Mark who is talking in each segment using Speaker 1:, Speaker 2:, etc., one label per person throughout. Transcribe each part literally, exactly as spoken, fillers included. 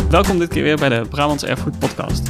Speaker 1: Welkom dit keer weer bij de Brabants Erfgoed Podcast.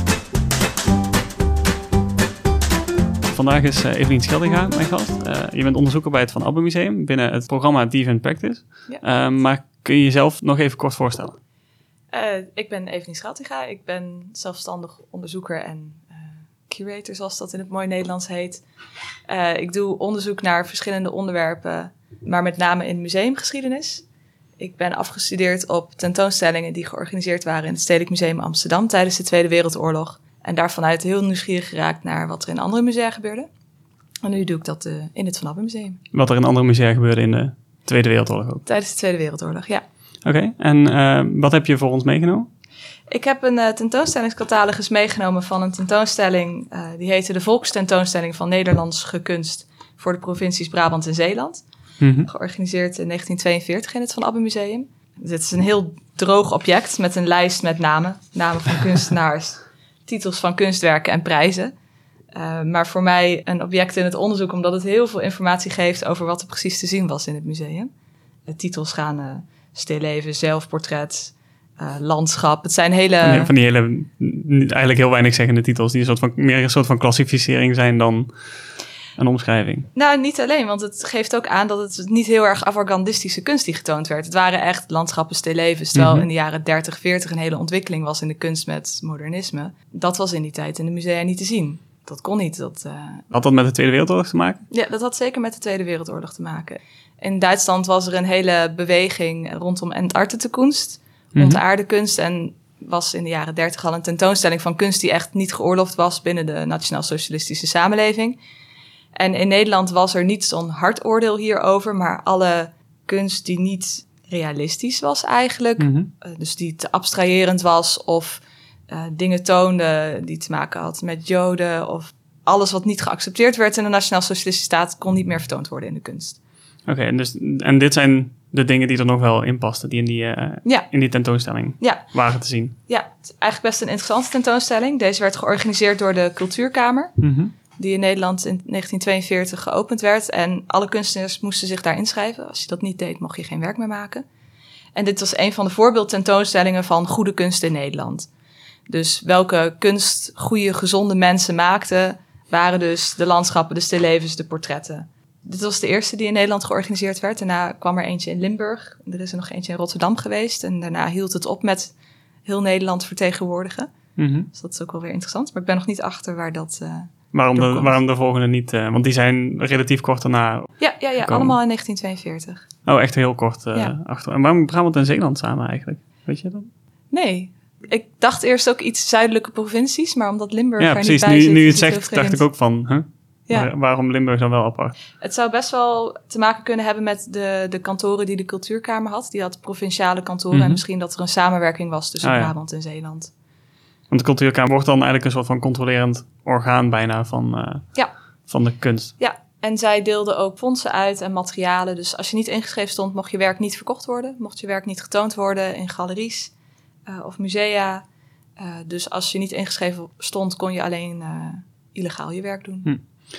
Speaker 1: Vandaag is uh, Evelien Scheldinga mijn gast. Uh, je bent onderzoeker bij het Van Abbe Museum binnen het programma Dief in Practice. Ja. Uh, maar kun je jezelf nog even kort voorstellen?
Speaker 2: Uh, ik ben Evelien Scheldinga. Ik ben zelfstandig onderzoeker en uh, curator, zoals dat in het mooi Nederlands heet. Uh, ik doe onderzoek naar verschillende onderwerpen, maar met name in museumgeschiedenis. Ik ben afgestudeerd op tentoonstellingen die georganiseerd waren in het Stedelijk Museum Amsterdam tijdens de Tweede Wereldoorlog. En daarvanuit heel nieuwsgierig geraakt naar wat er in andere musea gebeurde. En nu doe ik dat uh, in het Van Abbe Museum.
Speaker 1: Wat er in andere musea gebeurde in de Tweede Wereldoorlog ook?
Speaker 2: Tijdens de Tweede Wereldoorlog, ja.
Speaker 1: Oké, okay. en uh, wat heb je voor ons meegenomen?
Speaker 2: Ik heb een uh, tentoonstellingscatalogus meegenomen van een tentoonstelling. Uh, die heette de Volkstentoonstelling van Nederlandse Kunst voor de provincies Brabant en Zeeland. Mm-hmm. Georganiseerd in negentien tweeënveertig in het Van Abbe Museum. Dit is een heel droog object met een lijst met namen. Namen van kunstenaars, titels van kunstwerken en prijzen. Uh, maar voor mij een object in het onderzoek, omdat het heel veel informatie geeft over wat er precies te zien was in het museum. De titels gaan uh, stilleven, zelfportret, uh, landschap. Het zijn hele...
Speaker 1: Van die, van die hele, eigenlijk heel weinig zeggende titels, die een soort van, meer een soort van klassificering zijn dan een omschrijving.
Speaker 2: Nou, niet alleen, want het geeft ook aan dat het niet heel erg avant-gardistische kunst die getoond werd. Het waren echt landschappen, stillevens, terwijl mm-hmm. in de jaren dertig, veertig een hele ontwikkeling was in de kunst met modernisme. Dat was in die tijd in de musea niet te zien. Dat kon niet. Dat, uh...
Speaker 1: Had dat met de Tweede Wereldoorlog te maken?
Speaker 2: Ja, dat had zeker met de Tweede Wereldoorlog te maken. In Duitsland was er een hele beweging rondom Entartetenkunst, mm-hmm. ontaarde en was in de jaren dertig al een tentoonstelling van kunst die echt niet geoorloofd was binnen de nationaal-socialistische samenleving. En in Nederland was er niet zo'n hard oordeel hierover, maar alle kunst die niet realistisch was eigenlijk, mm-hmm. uh, dus die te abstraherend was of uh, dingen toonde die te maken had met Joden of alles wat niet geaccepteerd werd in de nationaal-socialistische staat, kon niet meer vertoond worden in de kunst.
Speaker 1: Oké, okay, en, dus, en dit zijn de dingen die er nog wel in pasten, die in die, uh, ja. in die tentoonstelling ja. waren te zien?
Speaker 2: Ja, het is eigenlijk best een interessante tentoonstelling. Deze werd georganiseerd door de Cultuurkamer, mm-hmm. die in Nederland in negentien tweeënveertig geopend werd. En alle kunstenaars moesten zich daar inschrijven. Als je dat niet deed, mocht je geen werk meer maken. En dit was een van de voorbeeldtentoonstellingen van goede kunst in Nederland. Dus welke kunst goede, gezonde mensen maakten, waren dus de landschappen, de stillevens, de portretten. Dit was de eerste die in Nederland georganiseerd werd. Daarna kwam er eentje in Limburg. Er is er nog eentje in Rotterdam geweest. En daarna hield het op met heel Nederland vertegenwoordigen. Mm-hmm. Dus dat is ook wel weer interessant. Maar ik ben nog niet achter waar dat... Uh,
Speaker 1: waarom, de, waarom de volgende niet? Uh, want die zijn relatief kort daarna
Speaker 2: Ja, ja, ja allemaal in negentien tweeënveertig.
Speaker 1: Oh, echt heel kort uh, ja. achter. En waarom Brabant en Zeeland samen eigenlijk? Weet je dat?
Speaker 2: Nee. Ik dacht eerst ook iets zuidelijke provincies. Maar omdat Limburg
Speaker 1: ja,
Speaker 2: er
Speaker 1: precies.
Speaker 2: niet bij
Speaker 1: nu,
Speaker 2: zit...
Speaker 1: Nu je het zegt, dacht ik ook van... Huh? Ja. Waar, waarom Limburg dan wel apart?
Speaker 2: Het zou best wel te maken kunnen hebben met de, de kantoren die de Cultuurkamer had. Die had provinciale kantoren mm-hmm. en misschien dat er een samenwerking was tussen ah, ja. Brabant en Zeeland.
Speaker 1: Want de Cultuurkamer wordt dan eigenlijk een soort van controlerend orgaan bijna van, uh, ja. van de kunst.
Speaker 2: Ja, en zij deelden ook fondsen uit en materialen. Dus als je niet ingeschreven stond, mocht je werk niet verkocht worden. Mocht je werk niet getoond worden in galeries uh, of musea. Uh, dus als je niet ingeschreven stond, kon je alleen uh, illegaal je werk doen. Hm.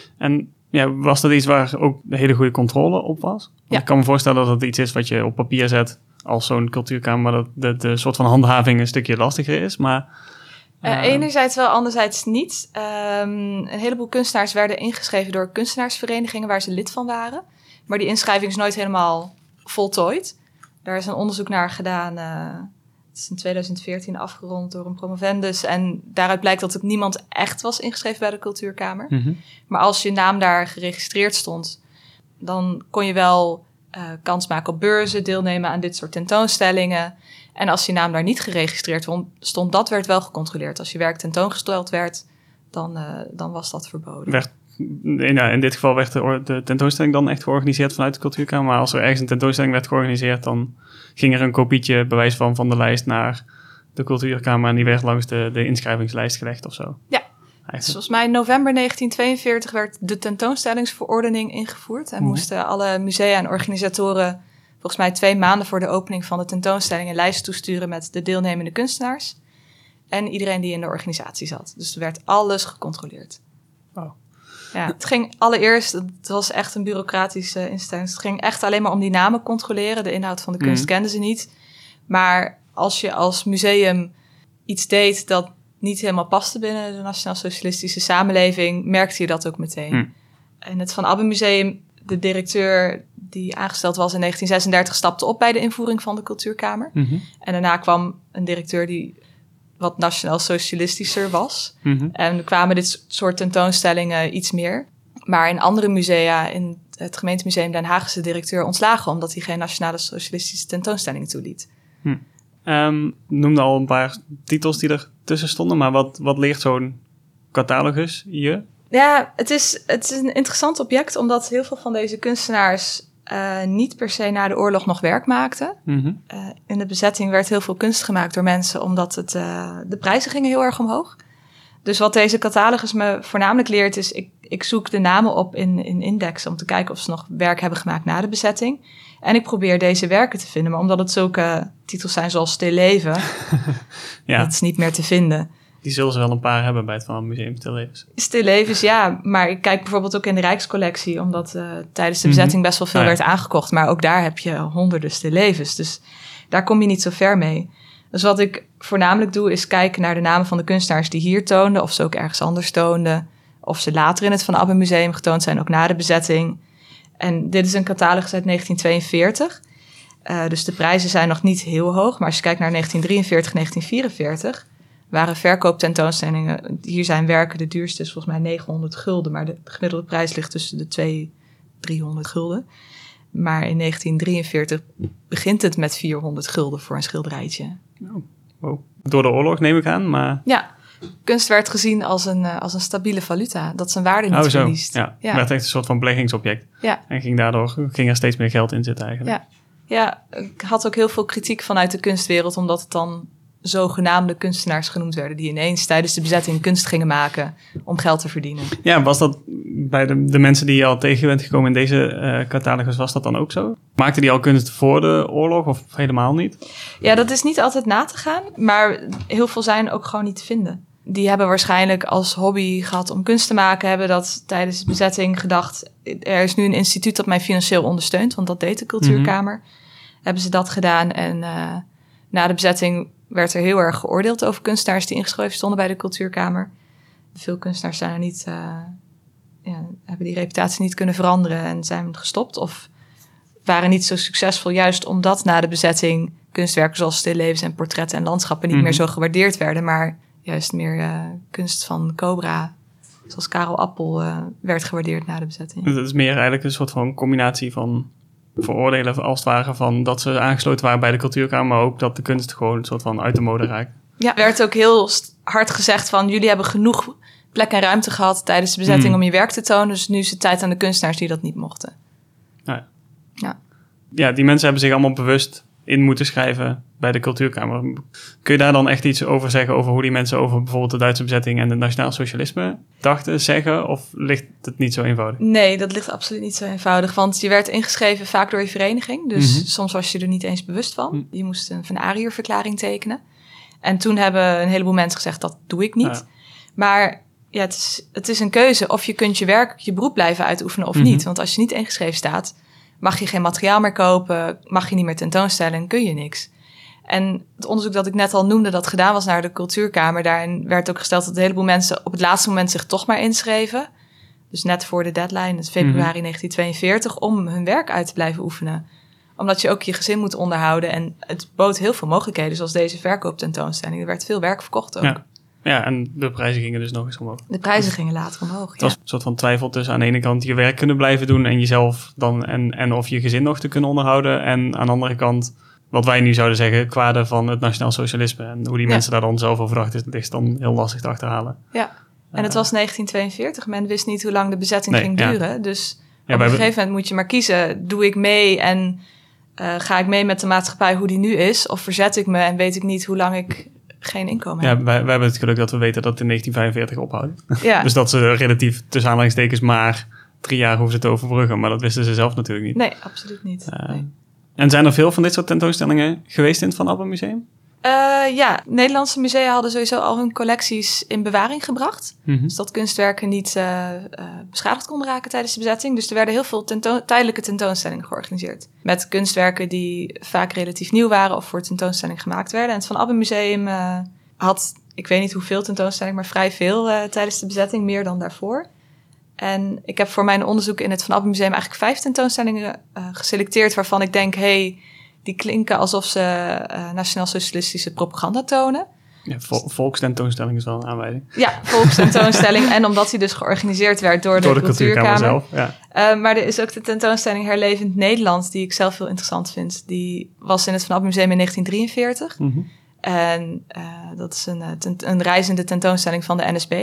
Speaker 1: En ja, was dat iets waar ook de hele goede controle op was? Want ja. Ik kan me voorstellen dat het iets is wat je op papier zet als zo'n cultuurkamer, maar dat de, de soort van handhaving een stukje lastiger is. Maar
Speaker 2: uh, uh, enerzijds wel, anderzijds niet. Um, een heleboel kunstenaars werden ingeschreven door kunstenaarsverenigingen waar ze lid van waren. Maar die inschrijving is nooit helemaal voltooid. Daar is een onderzoek naar gedaan. Uh, Het is in tweeduizend veertien afgerond door een promovendus. En daaruit blijkt dat ook niemand echt was ingeschreven bij de Cultuurkamer. Mm-hmm. Maar als je naam daar geregistreerd stond, dan kon je wel uh, kans maken op beurzen, deelnemen aan dit soort tentoonstellingen. En als je naam daar niet geregistreerd stond, dat werd wel gecontroleerd. Als je werk tentoongesteld werd, dan, uh, dan was dat verboden.
Speaker 1: Werd, in, in dit geval werd de, de tentoonstelling dan echt georganiseerd vanuit de Cultuurkamer. Maar als er ergens een tentoonstelling werd georganiseerd, dan ging er een kopietje, bewijs van, van de lijst naar de Cultuurkamer en die werd langs de, de inschrijvingslijst gelegd of zo.
Speaker 2: Ja, dus volgens mij in november negentien tweeënveertig werd de tentoonstellingsverordening ingevoerd. En mm-hmm. moesten alle musea en organisatoren volgens mij twee maanden voor de opening van de tentoonstelling een lijst toesturen met de deelnemende kunstenaars. En iedereen die in de organisatie zat. Dus er werd alles gecontroleerd.
Speaker 1: Oh.
Speaker 2: Ja, het ging allereerst, het was echt een bureaucratische instelling. Het ging echt alleen maar om die namen controleren. De inhoud van de kunst mm. kenden ze niet. Maar als je als museum iets deed dat niet helemaal paste binnen de nationaal-socialistische samenleving, merkte je dat ook meteen. Hm. En het Van Abbe Museum, de directeur die aangesteld was in negentien zesendertig, stapte op bij de invoering van de Cultuurkamer. Mm-hmm. En daarna kwam een directeur die wat nationaal-socialistischer was. Mm-hmm. En er kwamen dit soort tentoonstellingen iets meer. Maar in andere musea, in het gemeentemuseum Den Haag, is de directeur ontslagen omdat hij geen nationale socialistische tentoonstellingen toeliet.
Speaker 1: Hm. Um, noemde al een paar titels die er tussen stonden, maar wat, wat leert zo'n catalogus je?
Speaker 2: Ja, het is, het is een interessant object, omdat heel veel van deze kunstenaars uh, niet per se na de oorlog nog werk maakten. Mm-hmm. Uh, in de bezetting werd heel veel kunst gemaakt door mensen, omdat het, uh, de prijzen gingen heel erg omhoog. Dus wat deze catalogus me voornamelijk leert is, ik, ik zoek de namen op in, in Index om te kijken of ze nog werk hebben gemaakt na de bezetting. En ik probeer deze werken te vinden, maar omdat het zulke titels zijn zoals Stil Leven, ja. dat is niet meer te vinden.
Speaker 1: Die zullen ze wel een paar hebben bij het Van Abbe Museum, Stil Levens.
Speaker 2: Stil Levens, ja. Maar ik kijk bijvoorbeeld ook in de Rijkscollectie, omdat uh, tijdens de bezetting best wel veel ah, ja. werd aangekocht. Maar ook daar heb je honderden Stil Levens. Dus daar kom je niet zo ver mee. Dus wat ik voornamelijk doe, is kijken naar de namen van de kunstenaars die hier toonden, of ze ook ergens anders toonden, of ze later in het Van Abbe Museum getoond zijn, ook na de bezetting. En dit is een catalogus uit negentien tweeënveertig. Uh, dus de prijzen zijn nog niet heel hoog. Maar als je kijkt naar negentien drieënveertig, negentien vierenveertig... waren verkooptentoonstellingen. Hier zijn werken, de duurste is volgens mij negenhonderd gulden. Maar de gemiddelde prijs ligt tussen de tweehonderd, driehonderd gulden. Maar in negentien drieënveertig begint het met vierhonderd gulden voor een schilderijtje.
Speaker 1: Oh, wow. Door de oorlog neem ik aan, maar...
Speaker 2: Ja, kunst werd gezien als een, uh, als een stabiele valuta. Dat zijn waarde niet
Speaker 1: oh, zo.
Speaker 2: verliest.
Speaker 1: Ja, ja. Het werd echt een soort van beleggingsobject.
Speaker 2: Ja.
Speaker 1: En ging daardoor ging er steeds meer geld in zitten eigenlijk.
Speaker 2: Ja. Ja, ik had ook heel veel kritiek vanuit de kunstwereld, omdat het dan zogenaamde kunstenaars genoemd werden, die ineens tijdens de bezetting kunst gingen maken om geld te verdienen.
Speaker 1: Ja, was dat bij de, de mensen die je al tegen bent gekomen in deze uh, catalogus, was dat dan ook zo? Maakten die al kunst voor de oorlog of helemaal niet?
Speaker 2: Ja, dat is niet altijd na te gaan, maar heel veel zijn ook gewoon niet te vinden. Die hebben waarschijnlijk als hobby gehad om kunst te maken, hebben dat tijdens de bezetting gedacht, er is nu een instituut dat mij financieel ondersteunt, want dat deed de Cultuurkamer. Mm-hmm. Hebben ze dat gedaan en uh, na de bezetting werd er heel erg geoordeeld over kunstenaars die ingeschreven stonden bij de Cultuurkamer. Veel kunstenaars zijn er niet, uh, ja, hebben die reputatie niet kunnen veranderen en zijn gestopt of waren niet zo succesvol, juist omdat na de bezetting kunstwerken zoals stillevens en portretten en landschappen niet mm-hmm. meer zo gewaardeerd werden, maar juist meer uh, kunst van Cobra, zoals Karel Appel, uh, werd gewaardeerd na de bezetting.
Speaker 1: Dat is meer eigenlijk een soort van combinatie van veroordelen als het ware van dat ze aangesloten waren bij de Cultuurkamer, maar ook dat de kunst gewoon een soort van uit de mode raakt.
Speaker 2: Ja, er werd ook heel hard gezegd van jullie hebben genoeg plek en ruimte gehad tijdens de bezetting mm. om je werk te tonen, dus nu is het tijd aan de kunstenaars die dat niet mochten.
Speaker 1: Ja.
Speaker 2: Ja.
Speaker 1: Ja, die mensen hebben zich allemaal bewust in moeten schrijven bij de Cultuurkamer. Kun je daar dan echt iets over zeggen, over hoe die mensen over bijvoorbeeld de Duitse bezetting en het nationaal socialisme dachten, zeggen, of ligt het niet zo eenvoudig?
Speaker 2: Nee, dat ligt absoluut niet zo eenvoudig, want je werd ingeschreven vaak door je vereniging, dus mm-hmm. soms was je er niet eens bewust van. Mm. Je moest een Van Ariër-verklaring tekenen. En toen hebben een heleboel mensen gezegd, dat doe ik niet. Ja. Maar ja, het is, het is een keuze of je kunt je werk, je beroep blijven uitoefenen of mm-hmm. niet. Want als je niet ingeschreven staat, mag je geen materiaal meer kopen, mag je niet meer tentoonstellen, kun je niks. En het onderzoek dat ik net al noemde, dat gedaan was naar de Cultuurkamer, daarin werd ook gesteld dat een heleboel mensen op het laatste moment zich toch maar inschreven. Dus net voor de deadline, dus februari mm-hmm. negentien tweeënveertig, om hun werk uit te blijven oefenen. Omdat je ook je gezin moet onderhouden. En het bood heel veel mogelijkheden, zoals deze verkooptentoonstelling. Er werd veel werk verkocht ook.
Speaker 1: Ja. Ja, en de prijzen gingen dus nog eens omhoog.
Speaker 2: De prijzen gingen later omhoog,
Speaker 1: Het was ja. een soort van twijfel tussen aan de ene kant je werk kunnen blijven doen en jezelf dan en, en of je gezin nog te kunnen onderhouden. En aan de andere kant, wat wij nu zouden zeggen, kwade van het nationaal socialisme. En hoe die ja. mensen daar dan zelf over dachten, is, is dan heel lastig te achterhalen.
Speaker 2: Ja, en het was negentien tweeënveertig. Men wist niet hoe lang de bezetting nee, ging ja. duren. Dus
Speaker 1: ja,
Speaker 2: op een gegeven moment moet je maar kiezen. Doe ik mee en uh, ga ik mee met de maatschappij hoe die nu is? Of verzet ik me en weet ik niet hoe lang ik geen inkomen
Speaker 1: ja,
Speaker 2: hebben.
Speaker 1: Wij, wij hebben het geluk dat we weten dat het in negentien vijfenveertig ophoudt.
Speaker 2: Ja.
Speaker 1: Dus dat ze relatief tussen aanhalingstekens maar drie jaar hoeven ze te overbruggen. Maar dat wisten ze zelf natuurlijk niet.
Speaker 2: Nee, absoluut niet.
Speaker 1: Uh,
Speaker 2: nee.
Speaker 1: En zijn er veel van dit soort tentoonstellingen geweest in het Van Abbe Museum?
Speaker 2: Uh, ja, Nederlandse musea hadden sowieso al hun collecties in bewaring gebracht. Mm-hmm. Dus dat kunstwerken niet uh, uh, beschadigd konden raken tijdens de bezetting. Dus er werden heel veel tento- tijdelijke tentoonstellingen georganiseerd. Met kunstwerken die vaak relatief nieuw waren of voor tentoonstelling gemaakt werden. En het Van Abbe Museum uh, had, ik weet niet hoeveel tentoonstellingen, maar vrij veel uh, tijdens de bezetting, meer dan daarvoor. En ik heb voor mijn onderzoek in het Van Abbe Museum eigenlijk vijf tentoonstellingen uh, geselecteerd waarvan ik denk, hey, die klinken alsof ze uh, nationaal-socialistische propaganda tonen.
Speaker 1: Ja, vol- volkstentoonstelling is wel een aanleiding.
Speaker 2: Ja, volkstentoonstelling. En omdat die dus georganiseerd werd door de, door de Cultuurkamer.
Speaker 1: Cultuurkamer zelf, ja.
Speaker 2: Uh, maar er is ook de tentoonstelling Herlevend Nederland, die ik zelf heel interessant vind. Die was in het Van Abbe Museum in negentien drieënveertig. Mm-hmm. En uh, dat is een, tent- een reizende tentoonstelling van de N S B.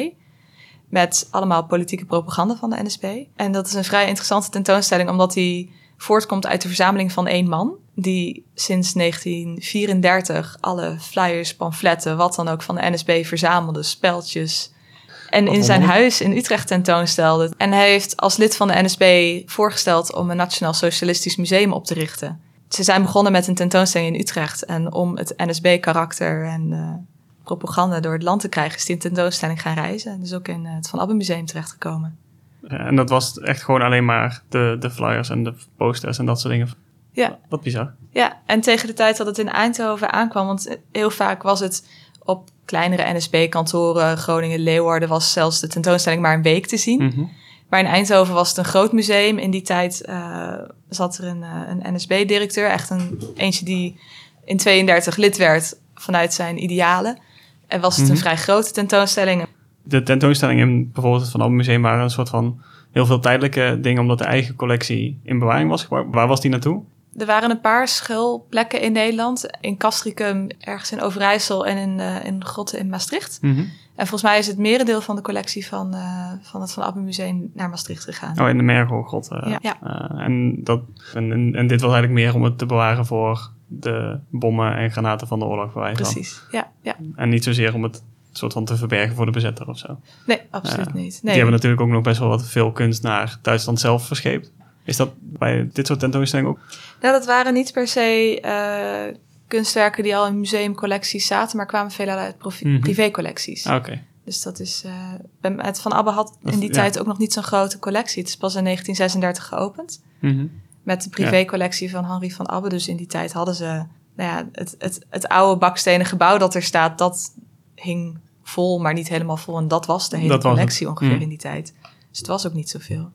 Speaker 2: Met allemaal politieke propaganda van de N S B. En dat is een vrij interessante tentoonstelling, omdat die voortkomt uit de verzameling van één man, die sinds negentien vierendertig alle flyers, pamfletten, wat dan ook van de N S B verzamelde, speltjes, en in zijn huis in Utrecht tentoonstelde. En hij heeft als lid van de N S B voorgesteld om een Nationaal Socialistisch Museum op te richten. Ze zijn begonnen met een tentoonstelling in Utrecht. En om het N S B-karakter en uh, propaganda door het land te krijgen, is die tentoonstelling gaan reizen. En dus ook in het Van Abbe Museum terechtgekomen.
Speaker 1: En dat was echt gewoon alleen maar de, de flyers en de posters en dat soort dingen.
Speaker 2: Ja.
Speaker 1: Wat bizar.
Speaker 2: Ja, en tegen de tijd dat het in Eindhoven aankwam, want heel vaak was het op kleinere N S B-kantoren, Groningen, Leeuwarden, was zelfs de tentoonstelling maar een week te zien. Mm-hmm. Maar in Eindhoven was het een groot museum. In die tijd uh, zat er een, uh, een N S B-directeur, echt een eentje die in tweeëndertig lid werd vanuit zijn idealen. En was het mm-hmm. een vrij grote tentoonstelling.
Speaker 1: De tentoonstelling in bijvoorbeeld het Van Abbe Museum waren een soort van heel veel tijdelijke dingen, omdat de eigen collectie in bewaring was. Waar was die naartoe?
Speaker 2: Er waren een paar schuilplekken in Nederland. In Castricum, ergens in Overijssel en in, uh, in Grotten in Maastricht. Mm-hmm. En volgens mij is het merendeel van de collectie van, uh, van het Van Abbe Museum naar Maastricht gegaan.
Speaker 1: Oh, in de Mergelgrot. Uh,
Speaker 2: ja. ja.
Speaker 1: Uh, en, dat, en, en dit was eigenlijk meer om het te bewaren voor de bommen en granaten van de oorlog.
Speaker 2: Precies, ja, ja.
Speaker 1: En niet zozeer om het soort van te verbergen voor de bezetter of zo.
Speaker 2: Nee, absoluut uh, niet. Nee.
Speaker 1: Die hebben natuurlijk ook nog best wel wat veel kunst naar Duitsland zelf verscheept. Is dat bij dit soort tentoonstellingen ook?
Speaker 2: Nou, dat waren niet per se uh, kunstwerken die al in museumcollecties zaten, maar kwamen veelal uit profi- mm-hmm. privécollecties.
Speaker 1: Ah, okay.
Speaker 2: Dus dat is... Uh, het Van Abbe had in die ja. tijd ook nog niet zo'n grote collectie. Het is pas in negentien zesendertig geopend. Mm-hmm. Met de privécollectie ja. van Henri van Abbe. Dus in die tijd hadden ze... Nou ja, het, het, het oude bakstenen gebouw dat er staat, dat hing vol, maar niet helemaal vol. En dat was de hele dat collectie ongeveer mm. in die tijd. Dus het was ook niet zoveel.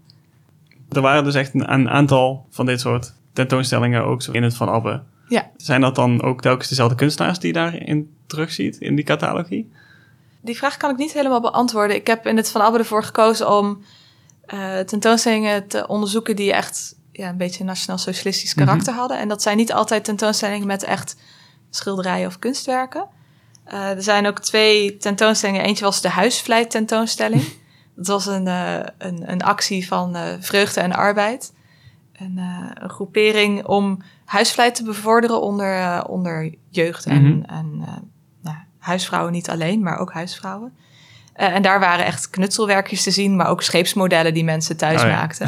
Speaker 1: Er waren dus echt een, een aantal van dit soort tentoonstellingen ook zo in het Van Abbe.
Speaker 2: Ja.
Speaker 1: Zijn dat dan ook telkens dezelfde kunstenaars die je daarin terugziet, in die catalogie?
Speaker 2: Die vraag kan ik niet helemaal beantwoorden. Ik heb in het Van Abbe ervoor gekozen om uh, tentoonstellingen te onderzoeken die echt ja, een beetje een nationaal-socialistisch karakter mm-hmm. hadden. En dat zijn niet altijd tentoonstellingen met echt schilderijen of kunstwerken. Uh, er zijn ook twee tentoonstellingen. Eentje was de Huisvleit tentoonstelling. Dat was een, uh, een, een actie van uh, vreugde en arbeid. Een, uh, een groepering om huisvleit te bevorderen onder, uh, onder jeugd en, mm-hmm. en uh, nou, huisvrouwen niet alleen, maar ook huisvrouwen. Uh, en daar waren echt knutselwerkjes te zien, maar ook scheepsmodellen die mensen thuis oh, ja. maakten.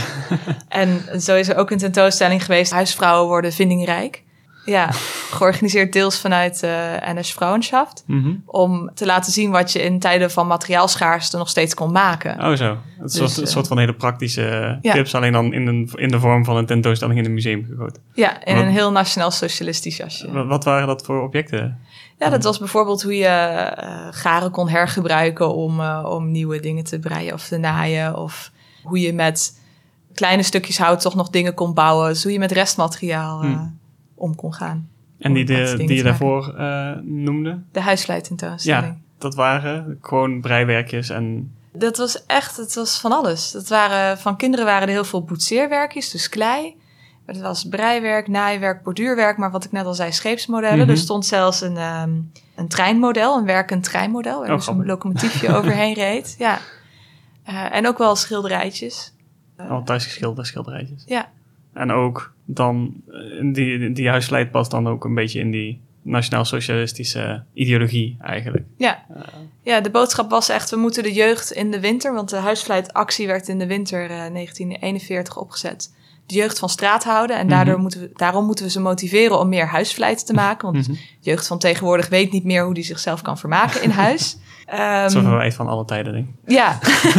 Speaker 2: En zo is er ook een tentoonstelling geweest, Huisvrouwen worden vindingrijk. Ja, georganiseerd deels vanuit uh, N S Vrouwenschaft. Mm-hmm. Om te laten zien wat je in tijden van materiaalschaarste nog steeds kon maken.
Speaker 1: Oh zo, het is dus, een soort van hele praktische ja. tips, alleen dan in, een, in de vorm van een tentoonstelling in een museum gegoten.
Speaker 2: Ja, in wat, een heel nationaal-socialistisch jasje.
Speaker 1: Wat, wat waren dat voor objecten?
Speaker 2: Ja, dat was bijvoorbeeld hoe je uh, garen kon hergebruiken om, uh, om nieuwe dingen te breien of te naaien. Of hoe je met kleine stukjes hout toch nog dingen kon bouwen. Dus hoe je met restmateriaal... Uh, hmm. om kon gaan.
Speaker 1: En die, de, die je daarvoor uh, noemde?
Speaker 2: De huisvleit tentoonstelling.
Speaker 1: Ja, dat waren gewoon breiwerkjes en...
Speaker 2: Dat was echt, het was van alles. Dat waren, van kinderen waren er heel veel boetseerwerkjes, dus klei. Het was breiwerk, naaiwerk, borduurwerk, maar wat ik net al zei, scheepsmodellen. Mm-hmm. Er stond zelfs een, um, een treinmodel, een werkend treinmodel, waar oh, dus een locomotiefje overheen reed. Ja. Uh, en ook wel schilderijtjes.
Speaker 1: Uh, oh, thuis geschilderde schilderijtjes.
Speaker 2: Ja.
Speaker 1: En ook dan, die, die huisvleit past dan ook een beetje in die nationaal-socialistische ideologie eigenlijk.
Speaker 2: Ja. Uh, ja, de boodschap was echt, we moeten de jeugd in de winter, want de huisvleitactie werd in de winter uh, negentien eenenveertig opgezet. de jeugd van straat houden. En daardoor
Speaker 1: Mm-hmm.
Speaker 2: moeten we, daarom moeten we ze motiveren om meer huisvlijt te maken. Want
Speaker 1: Mm-hmm.
Speaker 2: de jeugd van tegenwoordig weet niet meer hoe die zichzelf kan vermaken in huis. Um,
Speaker 1: Zo van een van alle tijden, denk ik.
Speaker 2: Ja.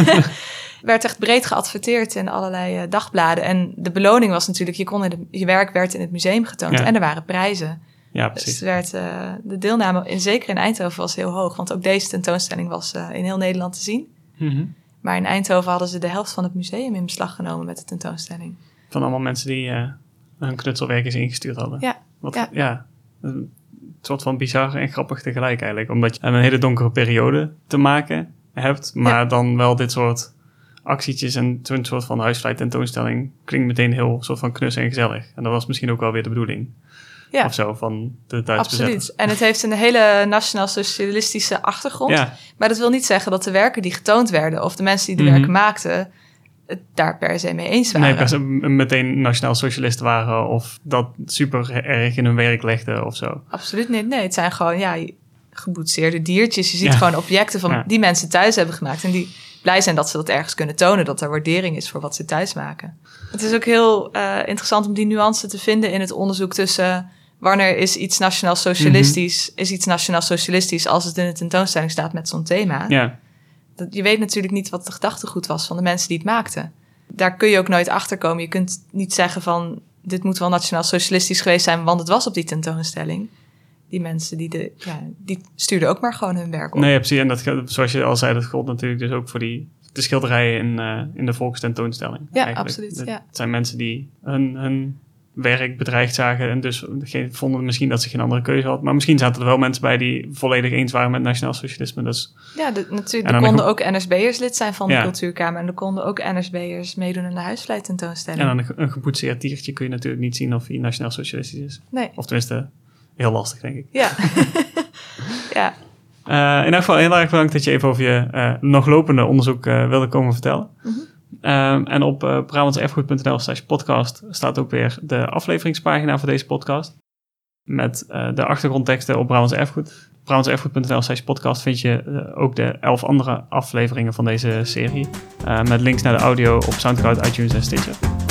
Speaker 2: werd echt breed geadverteerd in allerlei uh, dagbladen. En de beloning was natuurlijk, je, kon in de, je werk werd in het museum getoond. Ja. En er waren prijzen.
Speaker 1: Ja, precies.
Speaker 2: Dus werd, uh, de deelname, in, zeker in Eindhoven, was heel hoog. Want ook deze tentoonstelling was uh, in heel Nederland te zien.
Speaker 1: Mm-hmm.
Speaker 2: Maar in Eindhoven hadden ze de helft van het museum in beslag genomen met de tentoonstelling.
Speaker 1: Van allemaal mensen die uh, hun knutselwerk eens ingestuurd hadden.
Speaker 2: Ja.
Speaker 1: Wat,
Speaker 2: ja.
Speaker 1: ja. Een soort van bizar en grappig tegelijk eigenlijk. Omdat je een hele donkere periode te maken hebt. Maar ja. dan wel dit soort actietjes en zo'n soort van huisvlijt tentoonstelling klinkt meteen heel soort van knus en gezellig. En dat was misschien ook wel weer de bedoeling. Ja. Of zo, van de Duitse
Speaker 2: Absoluut.
Speaker 1: bezetter.
Speaker 2: En het heeft een hele nationaal-socialistische achtergrond.
Speaker 1: Ja.
Speaker 2: Maar dat wil niet zeggen dat de werken die getoond werden, of de mensen die de
Speaker 1: mm-hmm.
Speaker 2: werken maakten, het daar per se mee eens waren.
Speaker 1: Nee, per se meteen nationaal-socialisten waren of dat super erg in hun werk legden of zo.
Speaker 2: Absoluut niet. Nee, het zijn gewoon ja, geboetseerde diertjes. Je ziet
Speaker 1: ja.
Speaker 2: gewoon objecten van
Speaker 1: ja.
Speaker 2: die mensen thuis hebben gemaakt. En die blij zijn dat ze dat ergens kunnen tonen. Dat er waardering is voor wat ze thuis maken. Het is ook heel uh, interessant om die nuance te vinden in het onderzoek tussen wanneer is iets nationaal-socialistisch, mm-hmm. is iets nationaal-socialistisch als het in de tentoonstelling staat met zo'n thema.
Speaker 1: Ja.
Speaker 2: Dat, je weet natuurlijk niet wat de gedachtegoed was van de mensen die het maakten. Daar kun je ook nooit achter komen. Je kunt niet zeggen van dit moet wel nationaal-socialistisch geweest zijn, want het was op die tentoonstelling. Die mensen die, de, ja, die stuurden ook maar gewoon hun werk op.
Speaker 1: Nee, ja, precies. En dat, zoals je al zei, dat gold natuurlijk dus ook voor die, de schilderijen in, uh, in de volkstentoonstelling.
Speaker 2: Ja, eigenlijk. absoluut.
Speaker 1: Het
Speaker 2: ja.
Speaker 1: zijn mensen die hun, hun werk bedreigd zagen en dus vonden misschien dat ze geen andere keuze had. Maar misschien zaten er wel mensen bij die volledig eens waren met nationaal socialisme. Dus.
Speaker 2: Ja, de, natuurlijk. Er konden ook N S B'ers lid zijn van de ja. cultuurkamer. En er konden ook N S B'ers meedoen aan de huisvlijt tentoonstelling.
Speaker 1: En dan een, een geboetseerd diertje kun je natuurlijk niet zien of hij nationaal socialistisch is.
Speaker 2: Nee.
Speaker 1: Of tenminste, heel lastig, denk ik.
Speaker 2: Ja. ja.
Speaker 1: Uh, in elk geval heel erg bedankt dat je even over je uh, nog lopende onderzoek uh, wilde komen vertellen.
Speaker 2: Mm-hmm.
Speaker 1: Um, en op uh, brabantserfgoed punt n l slash podcast staat ook weer de afleveringspagina voor deze podcast. Met uh, de achtergrondteksten op Brabants Erfgoed. brabantserfgoed punt n l slash podcast vind je uh, ook de elf andere afleveringen van deze serie. Uh, met links naar de audio op SoundCloud, iTunes en Stitcher.